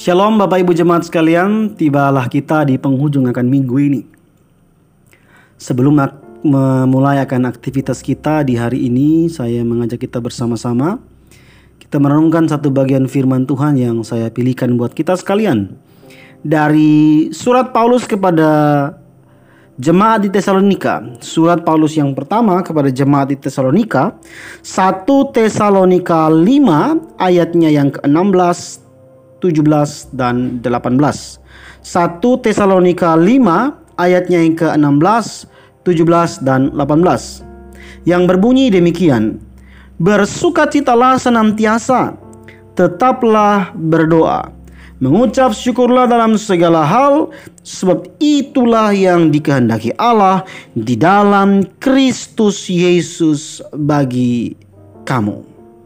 Shalom Bapak Ibu Jemaat sekalian, tibalah kita di penghujung akan minggu ini. Sebelum memulai akan aktivitas kita di hari ini, saya mengajak kita bersama-sama kita merenungkan satu bagian firman Tuhan yang saya pilihkan buat kita sekalian. Dari surat Paulus kepada jemaat di Tesalonika. Surat Paulus yang pertama kepada jemaat di Tesalonika, 1 Tesalonika 5 ayatnya yang ke-16, 17 dan 18. 1 Tesalonika 5 ayatnya yang ke-16, 17 dan 18. Yang berbunyi demikian. Bersukacitalah senantiasa, tetaplah berdoa. Mengucap syukurlah dalam segala hal, sebab itulah yang dikehendaki Allah di dalam Kristus Yesus bagi kamu.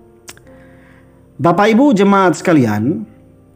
Bapak Ibu jemaat sekalian,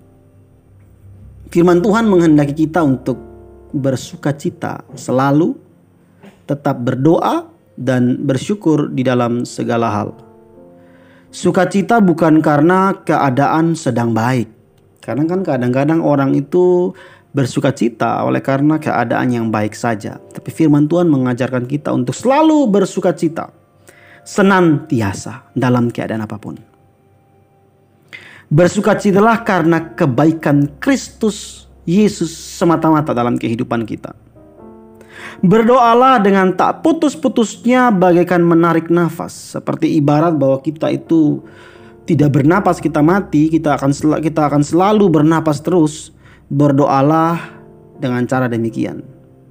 firman Tuhan menghendaki kita untuk bersukacita selalu, tetap berdoa dan bersyukur di dalam segala hal. Sukacita bukan karena keadaan sedang baik. Karena kan kadang-kadang orang itu bersukacita oleh karena keadaan yang baik saja. Tapi firman Tuhan mengajarkan kita untuk selalu bersukacita, senantiasa dalam keadaan apapun. Bersukacitalah karena kebaikan Kristus Yesus semata-mata dalam kehidupan kita. Berdoalah dengan tak putus-putusnya bagaikan menarik nafas. Seperti ibarat bahwa kita itu tidak bernapas, kita mati, kita akan selalu bernapas terus. Berdoalah dengan cara demikian.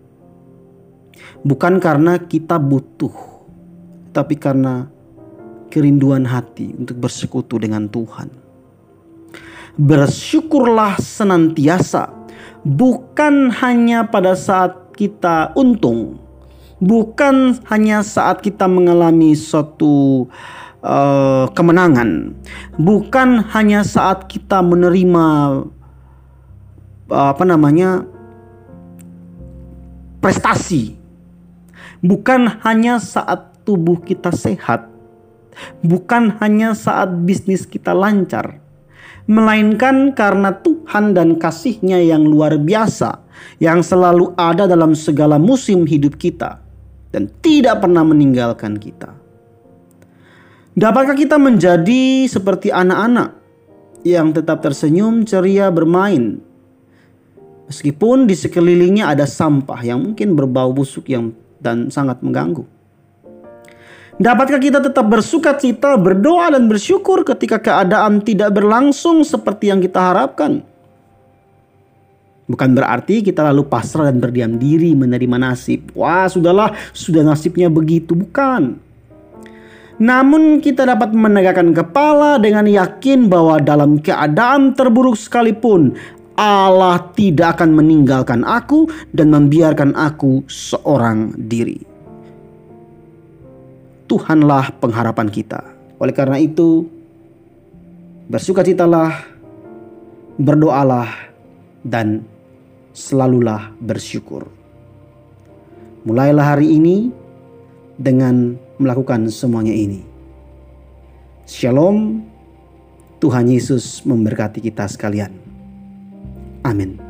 Bukan karena kita butuh, tapi karena kerinduan hati untuk bersekutu dengan Tuhan. Bersyukurlah senantiasa, bukan hanya pada saat kita untung, bukan hanya saat kita mengalami suatu kemenangan, bukan hanya saat kita menerima prestasi, bukan hanya saat tubuh kita sehat, bukan hanya saat bisnis kita lancar, melainkan karena Tuhan dan kasih-Nya yang luar biasa yang selalu ada dalam segala musim hidup kita dan tidak pernah meninggalkan kita. Dapatkah kita menjadi seperti anak-anak yang tetap tersenyum, ceria, bermain meskipun di sekelilingnya ada sampah yang mungkin berbau busuk dan sangat mengganggu? Dapatkah kita tetap bersukacita, berdoa dan bersyukur ketika keadaan tidak berlangsung seperti yang kita harapkan? Bukan berarti kita lalu pasrah dan berdiam diri menerima nasib. Wah, sudahlah, sudah nasibnya begitu. Bukan. Namun kita dapat menegakkan kepala dengan yakin bahwa dalam keadaan terburuk sekalipun, Allah tidak akan meninggalkan aku dan membiarkan aku seorang diri. Tuhanlah pengharapan kita. Oleh karena itu, bersukacitalah, berdoalah, dan selalulah bersyukur. Mulailah hari ini dengan melakukan semuanya ini. Shalom, Tuhan Yesus memberkati kita sekalian. Amin.